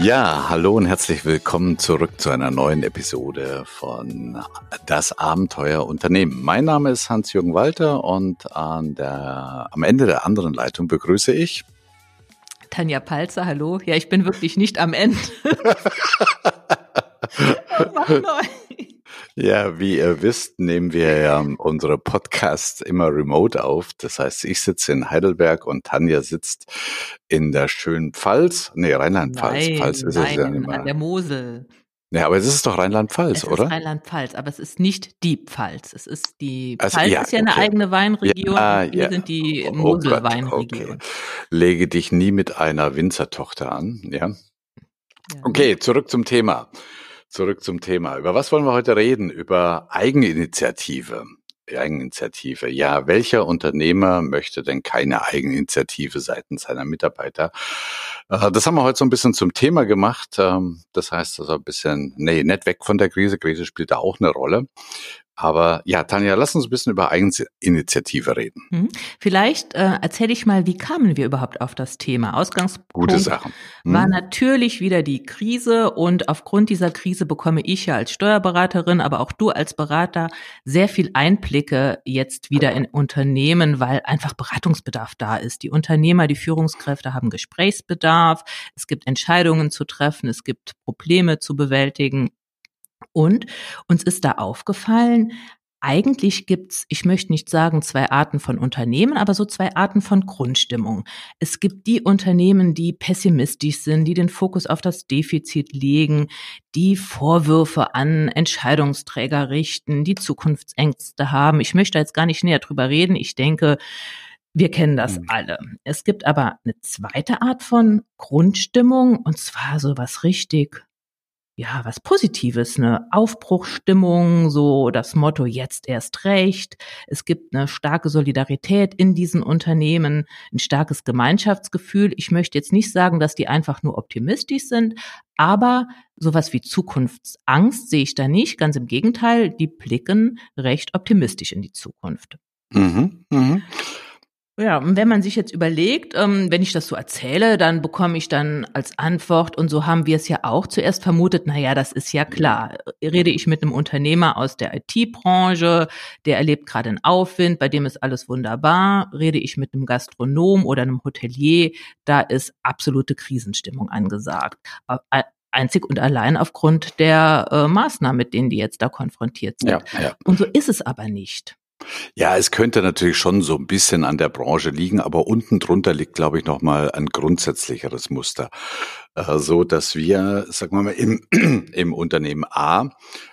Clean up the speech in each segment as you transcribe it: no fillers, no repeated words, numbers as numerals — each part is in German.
Ja, hallo und herzlich willkommen zurück zu einer neuen Episode von Das Abenteuer Unternehmen. Mein Name ist Hans-Jürgen Walter und am Ende der anderen Leitung begrüße ich Tanja Palzer, hallo. Ja, ich bin wirklich nicht am Ende. Mach neu. Ja, wie ihr wisst, nehmen wir ja unsere Podcasts immer remote auf. Das heißt, ich sitze in Heidelberg und Tanja sitzt in der schönen Pfalz. Nee, Rheinland-Pfalz. Pfalz ist es ja nicht mehr. An der Mosel. Ja, aber es ist doch Rheinland-Pfalz, Es oder? ist Rheinland-Pfalz, aber es ist nicht die Pfalz. Die Also, Pfalz ja, ist ja eine okay. eigene Weinregion und wir sind die Oh Gott, Mosel-Weinregion. okay. Lege dich nie mit einer Winzertochter an, ja? Ja. Okay, zurück zum Thema. Über was wollen wir heute reden? Über Eigeninitiative. Ja, welcher Unternehmer möchte denn keine Eigeninitiative seitens seiner Mitarbeiter? Das haben wir heute so ein bisschen zum Thema gemacht. Das heißt also nicht weg von der Krise. Krise spielt da auch eine Rolle. Aber ja, Tanja, lass uns ein bisschen über Eigeninitiative reden. Vielleicht erzähle ich mal, wie kamen wir überhaupt auf das Thema? Ausgangspunkt Gute Sachen. war natürlich wieder die Krise und aufgrund dieser Krise bekomme ich ja als Steuerberaterin, aber auch du als Berater sehr viel Einblicke jetzt wieder in Unternehmen, weil einfach Beratungsbedarf da ist. Die Unternehmer, die Führungskräfte haben Gesprächsbedarf, es gibt Entscheidungen zu treffen, es gibt Probleme zu bewältigen. Und uns ist da aufgefallen, eigentlich gibt's, ich möchte nicht sagen 2 Arten von Unternehmen, aber so 2 Arten von Grundstimmung. Es gibt die Unternehmen, die pessimistisch sind, die den Fokus auf das Defizit legen, die Vorwürfe an Entscheidungsträger richten, die Zukunftsängste haben. Ich möchte jetzt gar nicht näher drüber reden. Ich denke, wir kennen das alle. Es gibt aber eine zweite Art von Grundstimmung, und zwar so was was Positives, eine Aufbruchsstimmung, so das Motto jetzt erst recht. Es gibt eine starke Solidarität in diesen Unternehmen, ein starkes Gemeinschaftsgefühl. Ich möchte jetzt nicht sagen, dass die einfach nur optimistisch sind, aber sowas wie Zukunftsangst sehe ich da nicht. Ganz im Gegenteil, die blicken recht optimistisch in die Zukunft. Ja, und wenn man sich jetzt überlegt, wenn ich das so erzähle, dann bekomme ich dann als Antwort, und so haben wir es ja auch zuerst vermutet, das ist ja klar. Rede ich mit einem Unternehmer aus der IT-Branche, der erlebt gerade einen Aufwind, bei dem ist alles wunderbar. Rede ich mit einem Gastronom oder einem Hotelier, da ist absolute Krisenstimmung angesagt. Einzig und allein aufgrund der Maßnahmen, mit denen die jetzt da konfrontiert sind. Ja. Und so ist es aber nicht. Ja, es könnte natürlich schon so ein bisschen an der Branche liegen, aber unten drunter liegt, glaube ich, noch mal ein grundsätzlicheres Muster, so dass wir, sagen wir mal, im Unternehmen A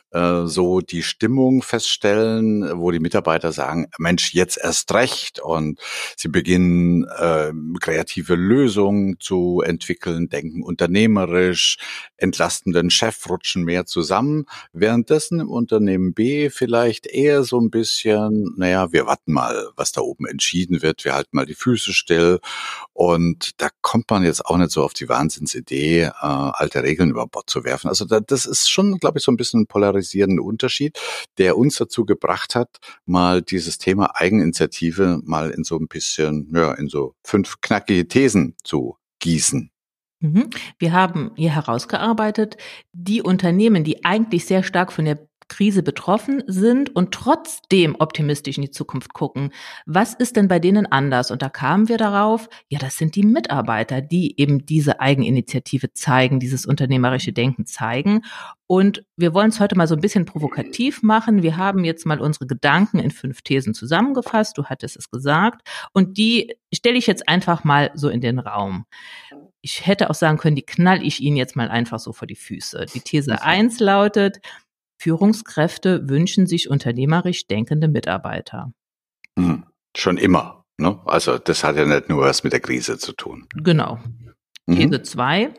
so die Stimmung feststellen, wo die Mitarbeiter sagen, Mensch, jetzt erst recht, und sie beginnen kreative Lösungen zu entwickeln, denken unternehmerisch, entlasten den Chef, rutschen mehr zusammen, währenddessen im Unternehmen B vielleicht eher so ein bisschen, wir warten mal, was da oben entschieden wird, wir halten mal die Füße still, und da kommt man jetzt auch nicht so auf die Wahnsinnsidee, alte Regeln über Bord zu werfen. Also das ist schon, glaube ich, so ein bisschen ein polarisierender Unterschied, der uns dazu gebracht hat, mal dieses Thema Eigeninitiative mal in so ein bisschen, in so 5 knackige Thesen zu gießen. Wir haben hier herausgearbeitet, die Unternehmen, die eigentlich sehr stark von der Krise betroffen sind und trotzdem optimistisch in die Zukunft gucken. Was ist denn bei denen anders? Und da kamen wir darauf, das sind die Mitarbeiter, die eben diese Eigeninitiative zeigen, dieses unternehmerische Denken zeigen. Und wir wollen es heute mal so ein bisschen provokativ machen. Wir haben jetzt mal unsere Gedanken in 5 Thesen zusammengefasst. Du hattest es gesagt. Und die stelle ich jetzt einfach mal so in den Raum. Ich hätte auch sagen können, die knall ich Ihnen jetzt mal einfach so vor die Füße. Die These 1 lautet: Führungskräfte wünschen sich unternehmerisch denkende Mitarbeiter. Schon immer, ne? Also das hat ja nicht nur was mit der Krise zu tun. Genau. These 2: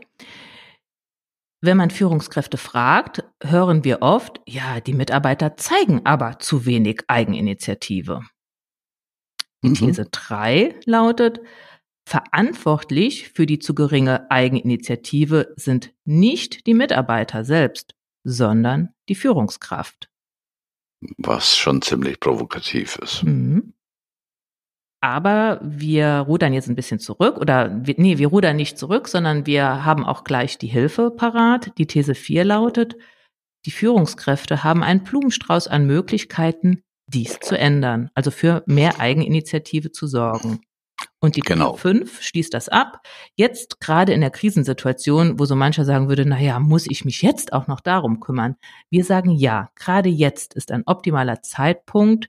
Wenn man Führungskräfte fragt, hören wir oft, die Mitarbeiter zeigen aber zu wenig Eigeninitiative. Die These 3 lautet: Verantwortlich für die zu geringe Eigeninitiative sind nicht die Mitarbeiter selbst, sondern die Führungskraft. Was schon ziemlich provokativ ist. Aber wir rudern jetzt ein bisschen zurück wir rudern nicht zurück, sondern wir haben auch gleich die Hilfe parat. Die These 4 lautet, die Führungskräfte haben einen Blumenstrauß an Möglichkeiten, dies zu ändern, also für mehr Eigeninitiative zu sorgen. Und die These Genau. 5 schließt das ab. Jetzt gerade in der Krisensituation, wo so mancher sagen würde, muss ich mich jetzt auch noch darum kümmern? Wir sagen ja, gerade jetzt ist ein optimaler Zeitpunkt,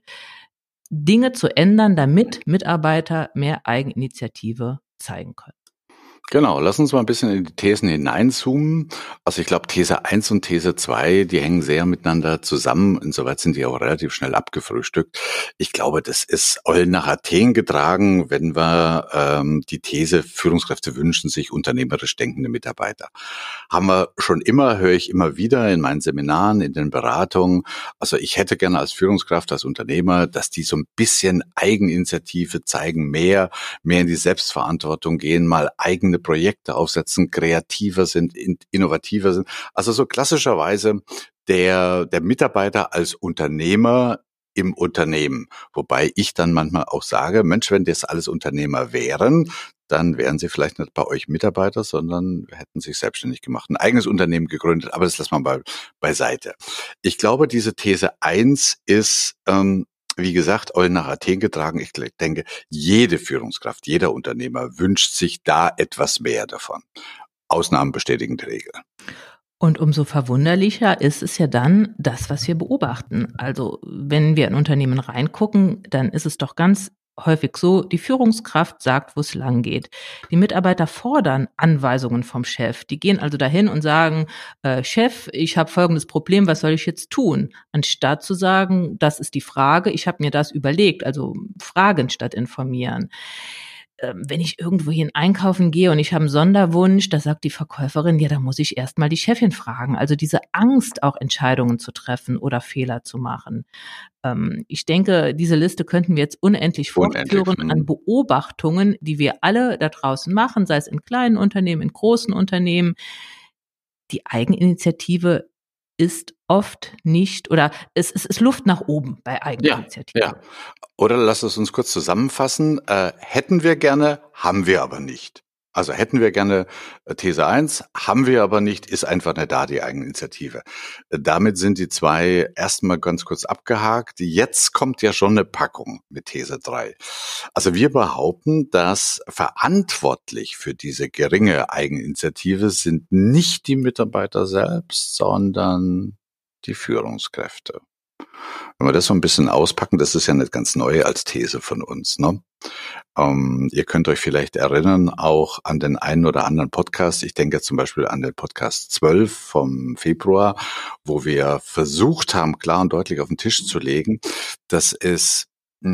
Dinge zu ändern, damit Mitarbeiter mehr Eigeninitiative zeigen können. Genau, lass uns mal ein bisschen in die Thesen hineinzoomen. Also ich glaube, These 1 und These 2, die hängen sehr miteinander zusammen. Insoweit sind die auch relativ schnell abgefrühstückt. Ich glaube, das ist Eulen nach Athen getragen, wenn wir die These, Führungskräfte wünschen sich unternehmerisch denkende Mitarbeiter. Haben wir schon immer, höre ich immer wieder in meinen Seminaren, in den Beratungen. Also ich hätte gerne als Führungskraft, als Unternehmer, dass die so ein bisschen Eigeninitiative zeigen, mehr in die Selbstverantwortung gehen, mal eigene Projekte aufsetzen, kreativer sind, innovativer sind. Also so klassischerweise der Mitarbeiter als Unternehmer im Unternehmen. Wobei ich dann manchmal auch sage, Mensch, wenn das alles Unternehmer wären, dann wären sie vielleicht nicht bei euch Mitarbeiter, sondern hätten sich selbstständig gemacht, ein eigenes Unternehmen gegründet. Aber das lassen wir mal beiseite. Ich glaube, diese These 1 ist, wie gesagt, Eulen nach Athen getragen. Ich denke, jede Führungskraft, jeder Unternehmer wünscht sich da etwas mehr davon. Ausnahmen bestätigen die Regel. Und umso verwunderlicher ist es ja dann das, was wir beobachten. Also wenn wir in Unternehmen reingucken, dann ist es doch ganz häufig so, die Führungskraft sagt, wo es lang geht. Die Mitarbeiter fordern Anweisungen vom Chef. Die gehen also dahin und sagen, Chef, ich habe folgendes Problem, was soll ich jetzt tun? Anstatt zu sagen, das ist die Frage, ich habe mir das überlegt, also fragen statt informieren. Wenn ich irgendwohin einkaufen gehe und ich habe einen Sonderwunsch, da sagt die Verkäuferin, ja, da muss ich erst mal die Chefin fragen. Also diese Angst, auch Entscheidungen zu treffen oder Fehler zu machen. Ich denke, diese Liste könnten wir jetzt unendlich fortführen an Beobachtungen, die wir alle da draußen machen, sei es in kleinen Unternehmen, in großen Unternehmen. Die Eigeninitiative ist oft nicht, oder es ist Luft nach oben bei Eigeninitiative. Ja. Oder lass es uns kurz zusammenfassen. Hätten wir gerne, haben wir aber nicht. Also hätten wir gerne These 1, haben wir aber nicht, ist einfach nicht da, die Eigeninitiative. Damit sind die 2 erstmal ganz kurz abgehakt. Jetzt kommt ja schon eine Packung mit These 3. Also wir behaupten, dass verantwortlich für diese geringe Eigeninitiative sind nicht die Mitarbeiter selbst, sondern die Führungskräfte. Wenn wir das so ein bisschen auspacken, das ist ja nicht ganz neu als These von uns, ne? Ihr könnt euch vielleicht erinnern, auch an den einen oder anderen Podcast. Ich denke zum Beispiel an den Podcast 12 vom Februar, wo wir versucht haben, klar und deutlich auf den Tisch zu legen, dass es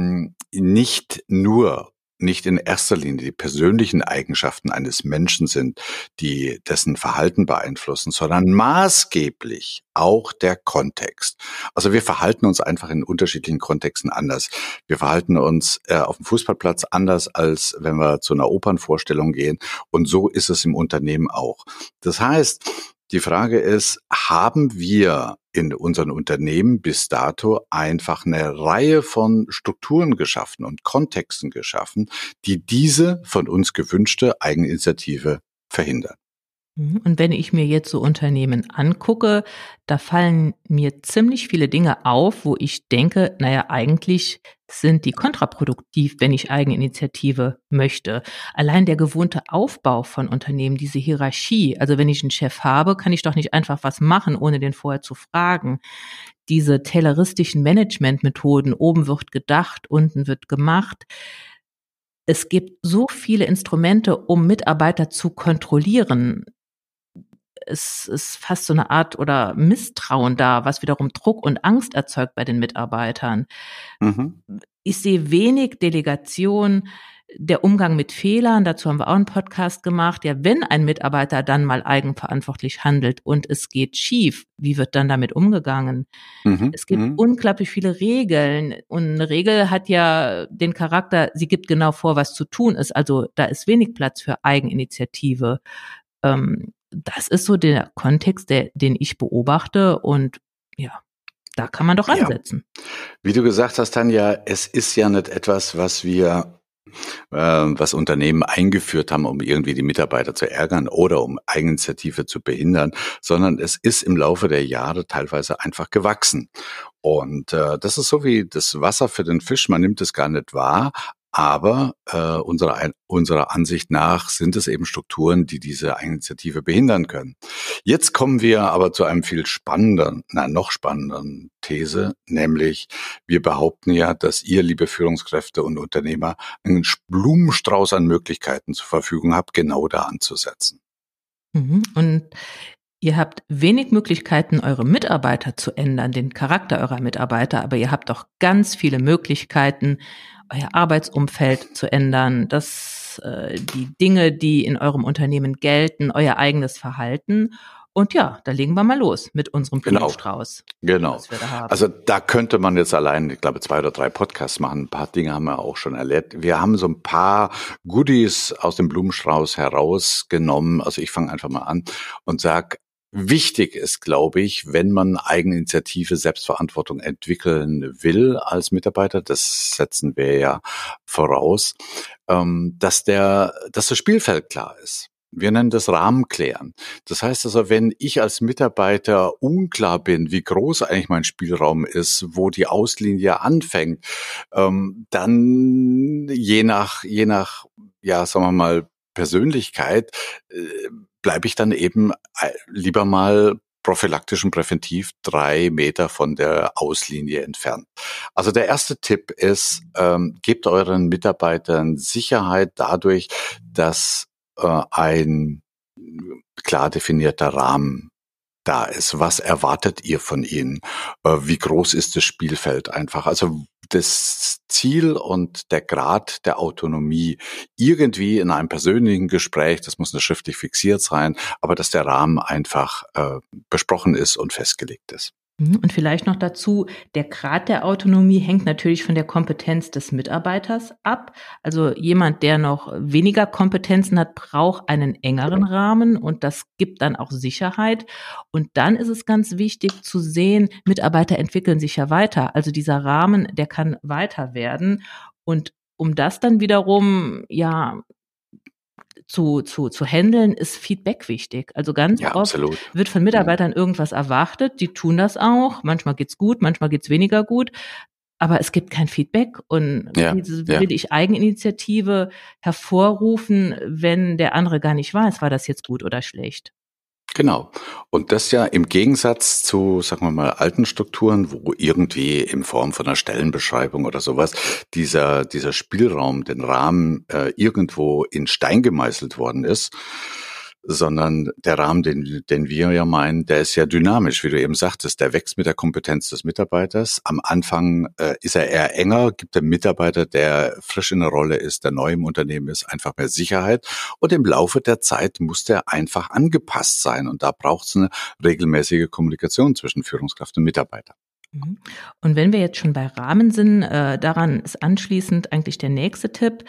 nicht in erster Linie die persönlichen Eigenschaften eines Menschen sind, die dessen Verhalten beeinflussen, sondern maßgeblich auch der Kontext. Also wir verhalten uns einfach in unterschiedlichen Kontexten anders. Wir verhalten uns auf dem Fußballplatz anders, als wenn wir zu einer Opernvorstellung gehen. Und so ist es im Unternehmen auch. Das heißt, die Frage ist, haben wir in unseren Unternehmen bis dato einfach eine Reihe von Strukturen geschaffen und Kontexten geschaffen, die diese von uns gewünschte Eigeninitiative verhindern? Und wenn ich mir jetzt so Unternehmen angucke, da fallen mir ziemlich viele Dinge auf, wo ich denke, eigentlich sind die kontraproduktiv, wenn ich Eigeninitiative möchte. Allein der gewohnte Aufbau von Unternehmen, diese Hierarchie, also wenn ich einen Chef habe, kann ich doch nicht einfach was machen, ohne den vorher zu fragen. Diese tayloristischen Managementmethoden, oben wird gedacht, unten wird gemacht. Es gibt so viele Instrumente, um Mitarbeiter zu kontrollieren. Es ist fast so eine Art oder Misstrauen da, was wiederum Druck und Angst erzeugt bei den Mitarbeitern. Mhm. Ich sehe wenig Delegation, der Umgang mit Fehlern, dazu haben wir auch einen Podcast gemacht. Ja, wenn ein Mitarbeiter dann mal eigenverantwortlich handelt und es geht schief, wie wird dann damit umgegangen? Es gibt unglaublich viele Regeln und eine Regel hat ja den Charakter, sie gibt genau vor, was zu tun ist. Also da ist wenig Platz für Eigeninitiative. Das ist so der Kontext, den ich beobachte, und ja, da kann man doch ansetzen. Wie du gesagt hast, Tanja, es ist ja nicht etwas, was wir was Unternehmen eingeführt haben, um irgendwie die Mitarbeiter zu ärgern oder um Eigeninitiative zu behindern, sondern es ist im Laufe der Jahre teilweise einfach gewachsen. Und das ist so wie das Wasser für den Fisch, man nimmt es gar nicht wahr, aber unserer Ansicht nach sind es eben Strukturen, die diese Eigeninitiative behindern können. Jetzt kommen wir aber zu einem viel spannenderen, noch spannenderen These, nämlich wir behaupten ja, dass ihr, liebe Führungskräfte und Unternehmer, einen Blumenstrauß an Möglichkeiten zur Verfügung habt, genau da anzusetzen. Und ihr habt wenig Möglichkeiten, eure Mitarbeiter zu ändern, den Charakter eurer Mitarbeiter, aber ihr habt auch ganz viele Möglichkeiten, euer Arbeitsumfeld zu ändern, die Dinge, die in eurem Unternehmen gelten, euer eigenes Verhalten. Und ja, da legen wir mal los mit unserem Blumenstrauß. Genau. Was wir da haben. Also da könnte man jetzt allein, ich glaube, 2 oder 3 Podcasts machen. Ein paar Dinge haben wir auch schon erlebt. Wir haben so ein paar Goodies aus dem Blumenstrauß herausgenommen. Also ich fange einfach mal an und sag, wichtig ist, glaube ich, wenn man Eigeninitiative, Selbstverantwortung entwickeln will als Mitarbeiter, das setzen wir ja voraus, dass das Spielfeld klar ist. Wir nennen das Rahmenklären. Das heißt also, wenn ich als Mitarbeiter unklar bin, wie groß eigentlich mein Spielraum ist, wo die Auslinie anfängt, dann je nach, ja, sagen wir mal, Persönlichkeit, bleibe ich dann eben lieber mal prophylaktisch und präventiv 3 Meter von der Auslinie entfernt. Also der erste Tipp ist, gebt euren Mitarbeitern Sicherheit dadurch, dass ein klar definierter Rahmen da ist. Was erwartet ihr von ihnen? Wie groß ist das Spielfeld einfach? Also das Ziel und der Grad der Autonomie irgendwie in einem persönlichen Gespräch, das muss nicht schriftlich fixiert sein, aber dass der Rahmen einfach besprochen ist und festgelegt ist. Und vielleicht noch dazu, der Grad der Autonomie hängt natürlich von der Kompetenz des Mitarbeiters ab. Also jemand, der noch weniger Kompetenzen hat, braucht einen engeren Rahmen und das gibt dann auch Sicherheit. Und dann ist es ganz wichtig zu sehen, Mitarbeiter entwickeln sich ja weiter. Also dieser Rahmen, der kann weiter werden. Und um das dann wiederum, ja, zu handeln, ist Feedback wichtig. Also ganz oft absolut. Wird von Mitarbeitern irgendwas erwartet, die tun das auch, manchmal geht's gut, manchmal geht's weniger gut, aber es gibt kein Feedback und will ich Eigeninitiative hervorrufen, wenn der andere gar nicht weiß, war das jetzt gut oder schlecht. Genau. Und das ja im Gegensatz zu, sagen wir mal, alten Strukturen, wo irgendwie in Form von einer Stellenbeschreibung oder sowas dieser Spielraum, den Rahmen irgendwo in Stein gemeißelt worden ist, sondern der Rahmen, den wir ja meinen, der ist ja dynamisch, wie du eben sagtest, der wächst mit der Kompetenz des Mitarbeiters. Am Anfang ist er eher enger, gibt dem Mitarbeiter, der frisch in der Rolle ist, der neu im Unternehmen ist, einfach mehr Sicherheit. Und im Laufe der Zeit muss der einfach angepasst sein. Und da braucht es eine regelmäßige Kommunikation zwischen Führungskraft und Mitarbeiter. Und wenn wir jetzt schon bei Rahmen sind, daran ist anschließend eigentlich der nächste Tipp.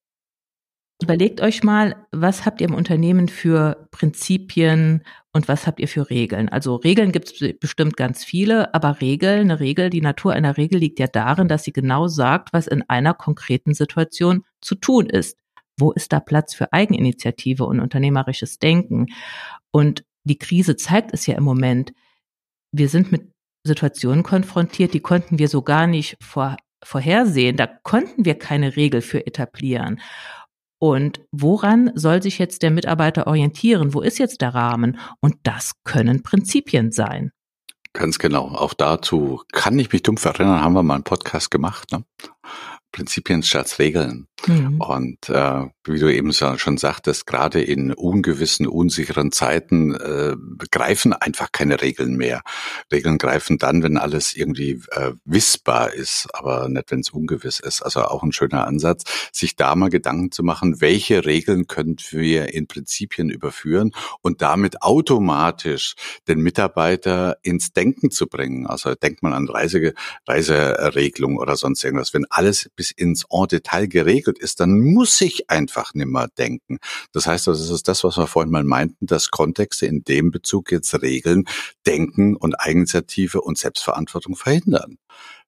Überlegt euch mal, was habt ihr im Unternehmen für Prinzipien und was habt ihr für Regeln? Also Regeln gibt es bestimmt ganz viele, aber die Natur einer Regel liegt ja darin, dass sie genau sagt, was in einer konkreten Situation zu tun ist. Wo ist da Platz für Eigeninitiative und unternehmerisches Denken? Und die Krise zeigt es ja im Moment. Wir sind mit Situationen konfrontiert, die konnten wir so gar nicht vorhersehen. Da konnten wir keine Regel für etablieren. Und woran soll sich jetzt der Mitarbeiter orientieren? Wo ist jetzt der Rahmen? Und das können Prinzipien sein. Ganz genau. Auch dazu kann ich mich dumpf erinnern, haben wir mal einen Podcast gemacht, ne? Prinzipien statt Regeln. Und wie du eben schon sagtest, gerade in ungewissen, unsicheren Zeiten greifen einfach keine Regeln mehr. Regeln greifen dann, wenn alles irgendwie wissbar ist, aber nicht, wenn es ungewiss ist. Also auch ein schöner Ansatz, sich da mal Gedanken zu machen, welche Regeln können wir in Prinzipien überführen und damit automatisch den Mitarbeiter ins Denken zu bringen. Also denkt man an Reiseregelung oder sonst irgendwas. Wenn alles bis ins Detail geregelt ist, dann muss ich einfach nimmer denken. Das heißt, das ist das, was wir vorhin mal meinten, dass Kontexte in dem Bezug jetzt Regeln, Denken und Eigeninitiative und Selbstverantwortung verhindern.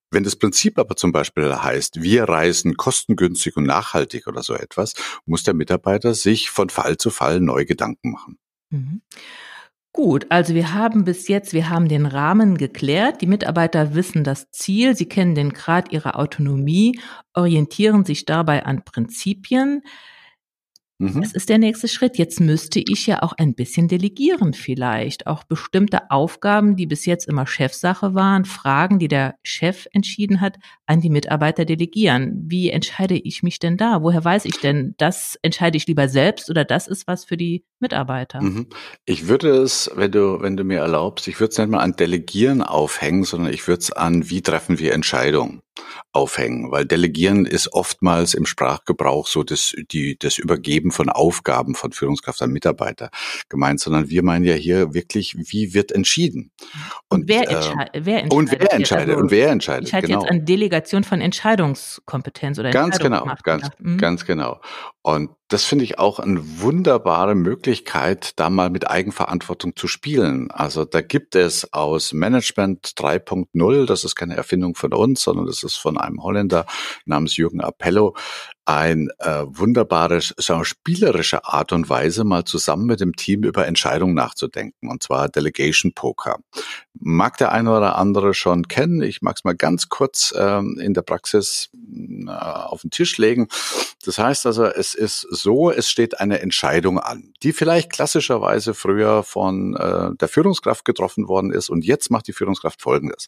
Wenn das Prinzip aber zum Beispiel heißt, wir reisen kostengünstig und nachhaltig oder so etwas, muss der Mitarbeiter sich von Fall zu Fall neu Gedanken machen. Mhm. Gut, also wir haben den Rahmen geklärt. Die Mitarbeiter wissen das Ziel, sie kennen den Grad ihrer Autonomie, orientieren sich dabei an Prinzipien. Das Mhm. ist der nächste Schritt. Jetzt müsste ich ja auch ein bisschen delegieren vielleicht. Auch bestimmte Aufgaben, die bis jetzt immer Chefsache waren, Fragen, die der Chef entschieden hat, an die Mitarbeiter delegieren. Wie entscheide ich mich denn da? Woher weiß ich denn, das entscheide ich lieber selbst oder das ist was für die Mitarbeiter? Mhm. Ich würde es, wenn du mir erlaubst, ich würde es nicht mal an Delegieren aufhängen, sondern ich würde es an, wie treffen wir Entscheidungen aufhängen, weil Delegieren ist oftmals im Sprachgebrauch so das Übergeben von Aufgaben von Führungskraft an Mitarbeiter gemeint, sondern wir meinen ja hier wirklich, wie wird entschieden Und und wer und wer entscheidet jetzt? entscheidet Also und wer ich entscheidet, hatte jetzt genau. an Delegation von Entscheidungskompetenz oder Ganz genau, Entscheidungsmacht gedacht. Mhm. ganz genau. Und das finde ich auch eine wunderbare Möglichkeit, da mal mit Eigenverantwortung zu spielen. Also da gibt es aus Management 3.0, das ist keine Erfindung von uns, sondern das ist von einem Holländer namens Jürgen Appello, ein wunderbares, sagen wir, spielerische Art und Weise, mal zusammen mit dem Team über Entscheidungen nachzudenken, und zwar Delegation Poker. Mag der eine oder andere schon kennen. Ich mag es mal ganz kurz in der Praxis auf den Tisch legen. Das heißt also, es ist so, es steht eine Entscheidung an, die vielleicht klassischerweise früher von der Führungskraft getroffen worden ist, und jetzt macht die Führungskraft Folgendes.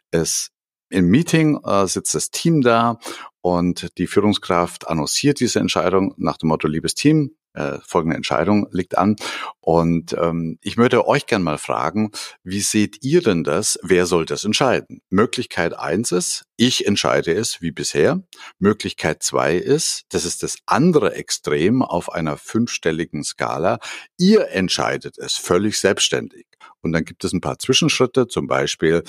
Im Meeting sitzt das Team da und die Führungskraft annonciert diese Entscheidung nach dem Motto, liebes Team, folgende Entscheidung liegt an. Und ich würde euch gern mal fragen, wie seht ihr denn das? Wer soll das entscheiden? Möglichkeit 1 ist, ich entscheide es wie bisher. Möglichkeit 2 ist, das ist das andere Extrem auf einer 5-stelligen Skala, ihr entscheidet es völlig selbstständig. Und dann gibt es ein paar Zwischenschritte, zum Beispiel,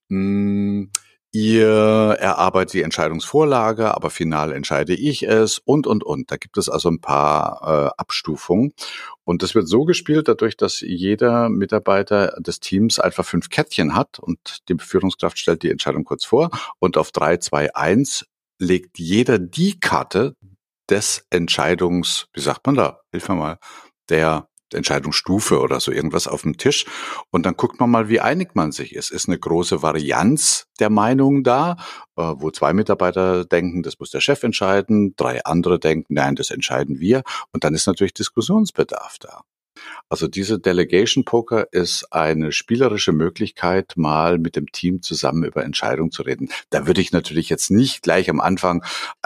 ihr erarbeitet die Entscheidungsvorlage, aber final entscheide ich es und. Da gibt es also ein paar Abstufungen. Und das wird so gespielt, dadurch, dass jeder Mitarbeiter des Teams einfach 5 Kärtchen hat und die Führungskraft stellt die Entscheidung kurz vor und auf 3, 2, 1 legt jeder die Karte des wie sagt man da? Hilf mir mal, der Entscheidungsstufe oder so irgendwas auf dem Tisch. Und dann guckt man mal, wie einig man sich ist. Ist eine große Varianz der Meinungen da, wo 2 Mitarbeiter denken, das muss der Chef entscheiden, 3 andere denken, nein, das entscheiden wir. Und dann ist natürlich Diskussionsbedarf da. Also diese Delegation Poker ist eine spielerische Möglichkeit, mal mit dem Team zusammen über Entscheidungen zu reden. Da würde ich natürlich jetzt nicht gleich am Anfang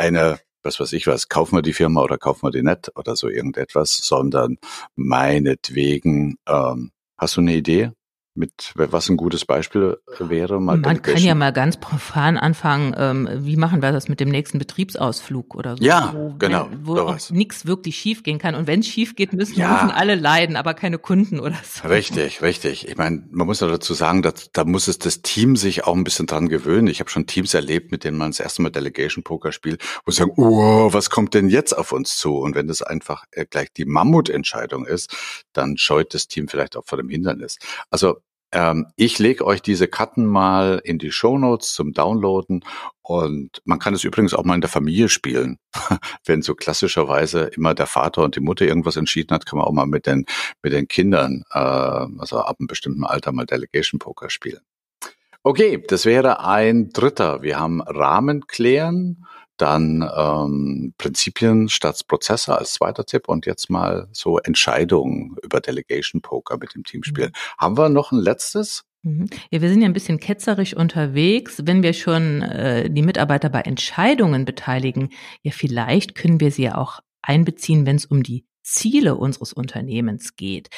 was weiß ich was, kaufen wir die Firma oder kaufen wir die nicht oder so irgendetwas, sondern meinetwegen, hast du eine Idee, mit was ein gutes Beispiel wäre, mal Man kann ja Delegation? mal ganz profan anfangen, wie machen wir das mit dem nächsten Betriebsausflug oder so, Ja, genau, wo auch sowas. nichts wirklich schiefgehen kann. Und wenn es schief geht, müssen Ja, alle leiden, aber keine Kunden oder so. richtig, richtig. Ich meine, man muss ja dazu sagen, dass, da muss es das Team sich auch ein bisschen dran gewöhnen. Ich habe schon Teams erlebt, mit denen man das erste Mal Delegation Poker spielt, wo sie sagen, oh, was kommt denn jetzt auf uns zu? Und wenn das einfach gleich die Mammutentscheidung ist, dann scheut das Team vielleicht auch vor dem Hindernis. Also ich lege euch diese Karten mal in die Shownotes zum Downloaden, und man kann es übrigens auch mal in der Familie spielen. Wenn so klassischerweise immer der Vater und die Mutter irgendwas entschieden hat, kann man auch mal mit den Kindern, also ab einem bestimmten Alter, mal Delegation Poker spielen. Okay, das wäre ein dritter. Wir haben Rahmen klären, dann Prinzipien statt Prozesse als zweiter Tipp und jetzt mal so Entscheidungen über Delegation Poker mit dem Team spielen. Haben wir noch ein letztes? Mhm. Ja, wir sind ja ein bisschen ketzerisch unterwegs. Wenn wir schon die Mitarbeiter bei Entscheidungen beteiligen, ja, vielleicht können wir sie ja auch einbeziehen, wenn es um die Ziele unseres Unternehmens geht.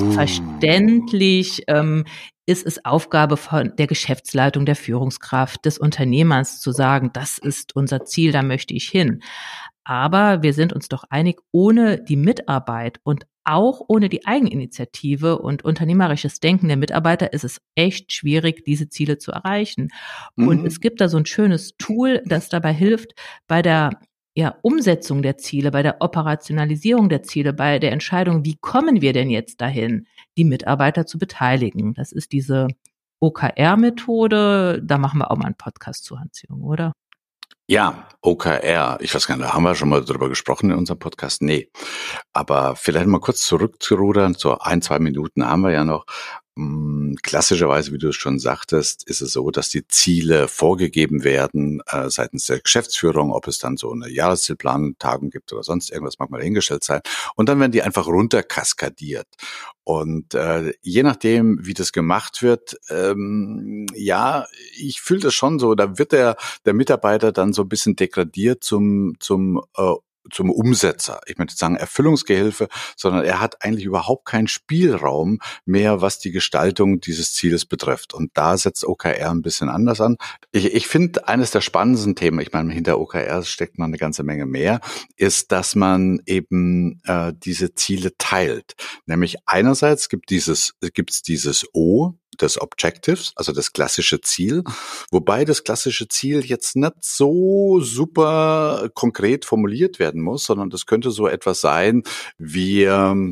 Selbstverständlich ist es Aufgabe von der Geschäftsleitung, der Führungskraft, des Unternehmers zu sagen, das ist unser Ziel, da möchte ich hin. Aber wir sind uns doch einig, ohne die Mitarbeit und auch ohne die Eigeninitiative und unternehmerisches Denken der Mitarbeiter ist es echt schwierig, diese Ziele zu erreichen. Und es Mhm. gibt da so ein schönes Tool, das dabei hilft, bei der Umsetzung der Ziele, bei der Operationalisierung der Ziele, bei der Entscheidung, wie kommen wir denn jetzt dahin, die Mitarbeiter zu beteiligen. Das ist diese OKR-Methode. Da machen wir auch mal einen Podcast zu, Hans-Jürgen, oder? Ja, OKR. Ich weiß gar nicht, haben wir schon mal drüber gesprochen in unserem Podcast? Nee. Aber vielleicht mal kurz zurückzurudern, so 1, 2 Minuten haben wir ja noch. Klassischerweise, wie du es schon sagtest, ist es so, dass die Ziele vorgegeben werden seitens der Geschäftsführung, ob es dann so eine Jahreszielplantagung gibt oder sonst irgendwas, mag mal dahingestellt sein. Und dann werden die einfach runterkaskadiert. Und je nachdem, wie das gemacht wird, ja, ich fühle das schon so, da wird der Mitarbeiter dann so ein bisschen degradiert zum Umsetzer. Ich möchte sagen Erfüllungsgehilfe, sondern er hat eigentlich überhaupt keinen Spielraum mehr, was die Gestaltung dieses Zieles betrifft. Und da setzt OKR ein bisschen anders an. Ich finde, eines der spannendsten Themen, ich meine, hinter OKR steckt noch eine ganze Menge mehr, ist, dass man eben diese Ziele teilt. Nämlich einerseits gibt's dieses O, des Objectives, also das klassische Ziel, wobei das klassische Ziel jetzt nicht so super konkret formuliert werden muss, sondern das könnte so etwas sein wie,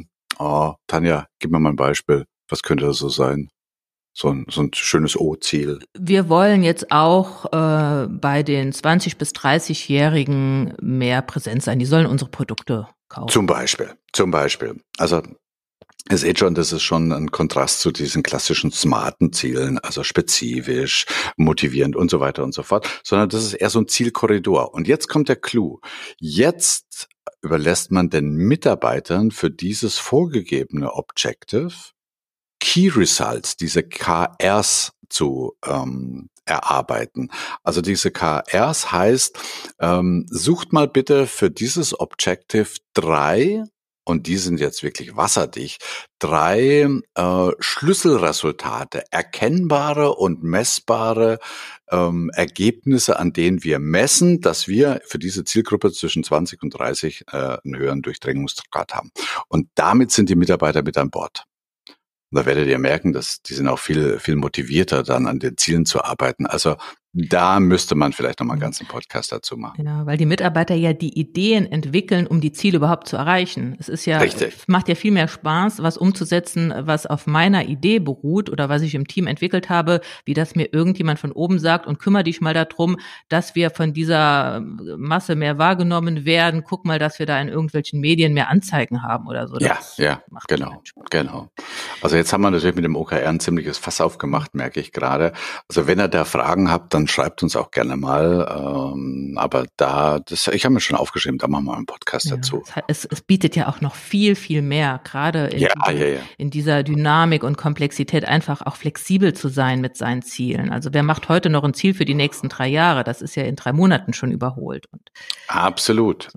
Tanja, gib mir mal ein Beispiel, was könnte das so sein? So ein schönes O-Ziel. Wir wollen jetzt auch bei den 20- bis 30-Jährigen mehr präsent sein. Die sollen unsere Produkte kaufen. Zum Beispiel. Also ihr seht schon, das ist schon ein Kontrast zu diesen klassischen smarten Zielen, also spezifisch, motivierend und so weiter und so fort, sondern das ist eher so ein Zielkorridor. Und jetzt kommt der Clou. Jetzt überlässt man den Mitarbeitern für dieses vorgegebene Objective Key Results, diese KRs zu erarbeiten. Also diese KRs heißt, sucht mal bitte für dieses Objective 3, und die sind jetzt wirklich wasserdicht, 3 Schlüsselresultate, erkennbare und messbare Ergebnisse, an denen wir messen, dass wir für diese Zielgruppe zwischen 20 und 30 einen höheren Durchdringungsgrad haben. Und damit sind die Mitarbeiter mit an Bord. Und da werdet ihr merken, dass die sind auch viel motivierter, dann an den Zielen zu arbeiten. Also da müsste man vielleicht nochmal einen ganzen Podcast dazu machen. Ja, weil die Mitarbeiter ja die Ideen entwickeln, um die Ziele überhaupt zu erreichen. Es ist ja, macht ja viel mehr Spaß, was umzusetzen, was auf meiner Idee beruht oder was ich im Team entwickelt habe, wie das mir irgendjemand von oben sagt und kümmere dich mal darum, dass wir von dieser Masse mehr wahrgenommen werden. Guck mal, dass wir da in irgendwelchen Medien mehr Anzeigen haben oder so. Ja, genau. Also jetzt haben wir natürlich mit dem OKR ein ziemliches Fass aufgemacht, merke ich gerade. Also wenn ihr da Fragen habt, dann schreibt uns auch gerne mal. Aber ich habe mir schon aufgeschrieben, da machen wir einen Podcast dazu. Es bietet ja auch noch viel mehr, gerade in dieser Dynamik und Komplexität, einfach auch flexibel zu sein mit seinen Zielen. Also wer macht heute noch ein Ziel für die nächsten 3 Jahre? Das ist ja in 3 Monaten schon überholt. Absolut.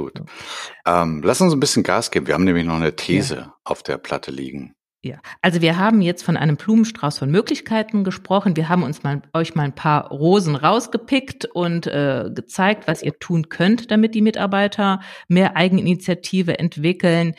Lass uns ein bisschen Gas geben. Wir haben nämlich noch eine These auf der Platte liegen. Ja, also wir haben jetzt von einem Blumenstrauß von Möglichkeiten gesprochen. Wir haben euch mal ein paar Rosen rausgepickt und gezeigt, was ihr tun könnt, damit die Mitarbeiter mehr Eigeninitiative entwickeln.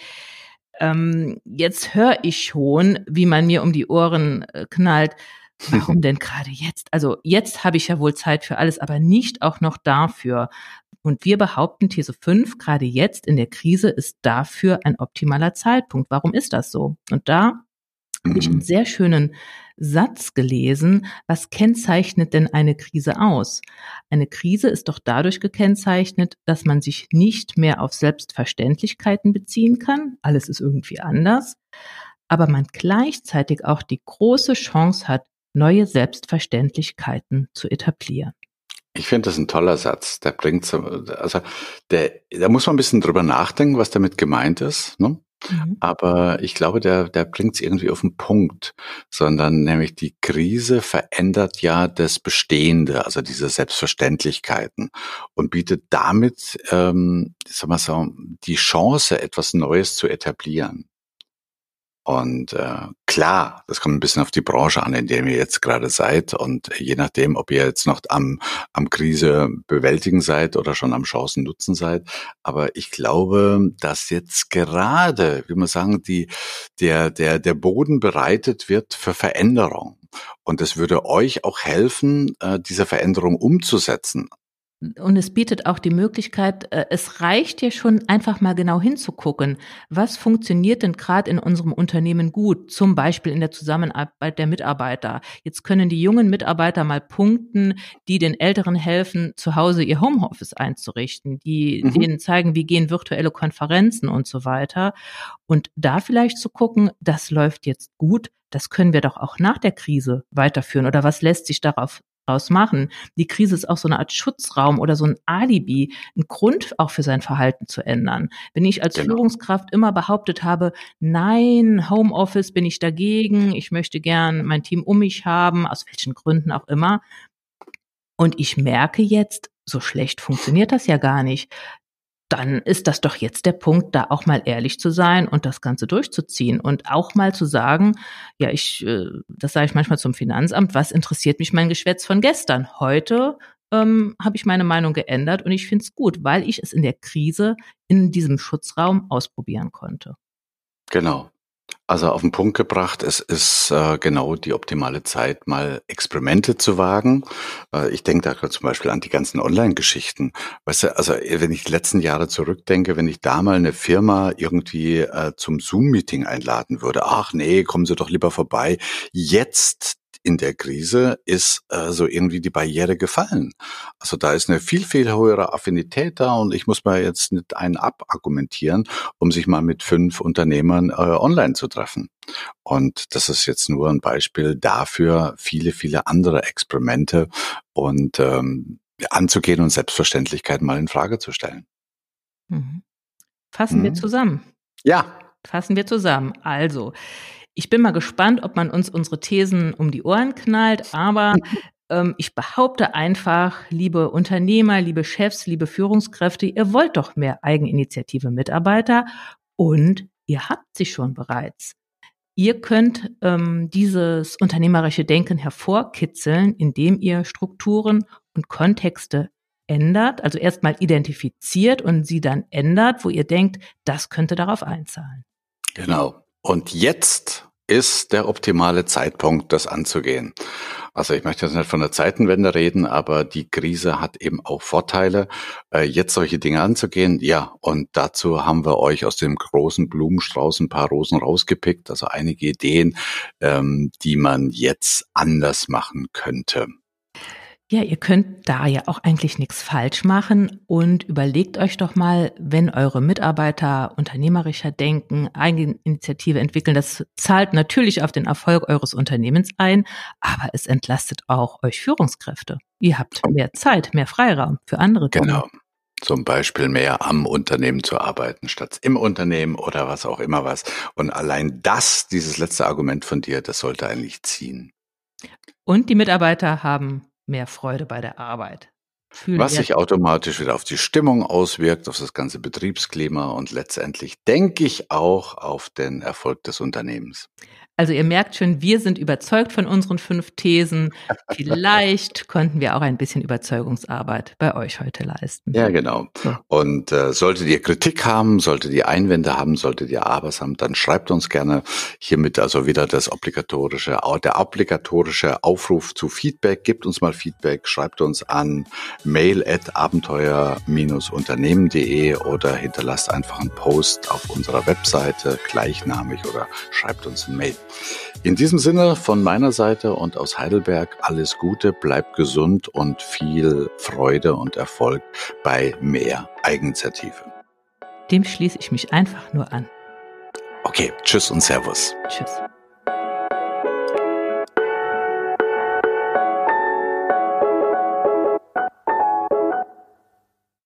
Jetzt höre ich schon, wie man mir um die Ohren knallt. Warum denn gerade jetzt? Also jetzt habe ich ja wohl Zeit für alles, aber nicht auch noch dafür. Und wir behaupten, These 5, gerade jetzt in der Krise ist dafür ein optimaler Zeitpunkt. Warum ist das so? Und da habe ich einen sehr schönen Satz gelesen. Was kennzeichnet denn eine Krise aus? Eine Krise ist doch dadurch gekennzeichnet, dass man sich nicht mehr auf Selbstverständlichkeiten beziehen kann. Alles ist irgendwie anders. Aber man gleichzeitig auch die große Chance hat, neue Selbstverständlichkeiten zu etablieren. Ich finde das ein toller Satz. Da muss man ein bisschen drüber nachdenken, was damit gemeint ist, ne? Aber ich glaube, der bringt es irgendwie auf den Punkt, sondern nämlich die Krise verändert ja das Bestehende, also diese Selbstverständlichkeiten und bietet damit, die Chance, etwas Neues zu etablieren. Und klar, das kommt ein bisschen auf die Branche an, in der ihr jetzt gerade seid. Und je nachdem, ob ihr jetzt noch am Krise bewältigen seid oder schon am Chancen nutzen seid. Aber ich glaube, dass jetzt gerade, wie man sagen, der Boden bereitet wird für Veränderung. Und es würde euch auch helfen, diese Veränderung umzusetzen. Und es bietet auch die Möglichkeit, es reicht ja schon einfach mal genau hinzugucken, was funktioniert denn gerade in unserem Unternehmen gut, zum Beispiel in der Zusammenarbeit der Mitarbeiter. Jetzt können die jungen Mitarbeiter mal punkten, die den Älteren helfen, zu Hause ihr Homeoffice einzurichten, die denen zeigen, wie gehen virtuelle Konferenzen und so weiter. Und da vielleicht zu gucken, das läuft jetzt gut, das können wir doch auch nach der Krise weiterführen oder was lässt sich daraus machen. Die Krise ist auch so eine Art Schutzraum oder so ein Alibi, ein Grund auch für sein Verhalten zu ändern. Wenn ich als Führungskraft immer behauptet habe, nein, Homeoffice bin ich dagegen, ich möchte gern mein Team um mich haben, aus welchen Gründen auch immer. Und ich merke jetzt, so schlecht funktioniert das ja gar nicht. Dann ist das doch jetzt der Punkt, da auch mal ehrlich zu sein und das Ganze durchzuziehen und auch mal zu sagen, ja, das sage ich manchmal zum Finanzamt, was interessiert mich mein Geschwätz von gestern? Heute habe ich meine Meinung geändert und ich finde es gut, weil ich es in der Krise in diesem Schutzraum ausprobieren konnte. Genau. Also auf den Punkt gebracht, es ist genau die optimale Zeit, mal Experimente zu wagen. Ich denke da zum Beispiel an die ganzen Online-Geschichten. Weißt du, also wenn ich die letzten Jahre zurückdenke, wenn ich da mal eine Firma irgendwie zum Zoom-Meeting einladen würde, ach nee, kommen Sie doch lieber vorbei. Jetzt in der Krise ist so irgendwie die Barriere gefallen. Also da ist eine viel, viel höhere Affinität da und ich muss mal jetzt nicht einen abargumentieren, um sich mal mit 5 Unternehmern online zu treffen. Und das ist jetzt nur ein Beispiel dafür, viele, viele andere Experimente und anzugehen und Selbstverständlichkeiten mal in Frage zu stellen. Fassen wir zusammen. Ja. Fassen wir zusammen. Also, ich bin mal gespannt, ob man uns unsere Thesen um die Ohren knallt, aber ich behaupte einfach, liebe Unternehmer, liebe Chefs, liebe Führungskräfte, ihr wollt doch mehr eigeninitiative Mitarbeiter und ihr habt sie schon bereits. Ihr könnt dieses unternehmerische Denken hervorkitzeln, indem ihr Strukturen und Kontexte ändert, also erstmal identifiziert und sie dann ändert, wo ihr denkt, das könnte darauf einzahlen. Genau. Und jetzt ist der optimale Zeitpunkt, das anzugehen. Also ich möchte jetzt nicht von der Zeitenwende reden, aber die Krise hat eben auch Vorteile, jetzt solche Dinge anzugehen. Ja, und dazu haben wir euch aus dem großen Blumenstrauß ein paar Rosen rausgepickt, also einige Ideen, die man jetzt anders machen könnte. Ja, ihr könnt da ja auch eigentlich nichts falsch machen und überlegt euch doch mal, wenn eure Mitarbeiter unternehmerischer denken, Eigeninitiative entwickeln, das zahlt natürlich auf den Erfolg eures Unternehmens ein, aber es entlastet auch euch Führungskräfte. Ihr habt mehr Zeit, mehr Freiraum für andere Dinge. Genau. Zum Beispiel mehr am Unternehmen zu arbeiten, statt im Unternehmen oder was auch immer was. Und allein dieses letzte Argument von dir, das sollte eigentlich ziehen. Und die Mitarbeiter haben mehr Freude bei der Arbeit. Was sich automatisch wieder auf die Stimmung auswirkt, auf das ganze Betriebsklima und letztendlich, denke ich, auch auf den Erfolg des Unternehmens. Also ihr merkt schon, wir sind überzeugt von unseren 5 Thesen. Vielleicht konnten wir auch ein bisschen Überzeugungsarbeit bei euch heute leisten. Ja, genau. So. Und solltet ihr Kritik haben, solltet ihr Einwände haben, solltet ihr Abers haben, dann schreibt uns gerne hiermit also wieder der obligatorische Aufruf zu Feedback. Gebt uns mal Feedback, schreibt uns an mail@abenteuer-unternehmen.de oder hinterlasst einfach einen Post auf unserer Webseite gleichnamig oder schreibt uns ein Mail. In diesem Sinne von meiner Seite und aus Heidelberg alles Gute, bleibt gesund und viel Freude und Erfolg bei mehr Eigeninitiative. Dem schließe ich mich einfach nur an. Okay, tschüss und Servus. Tschüss.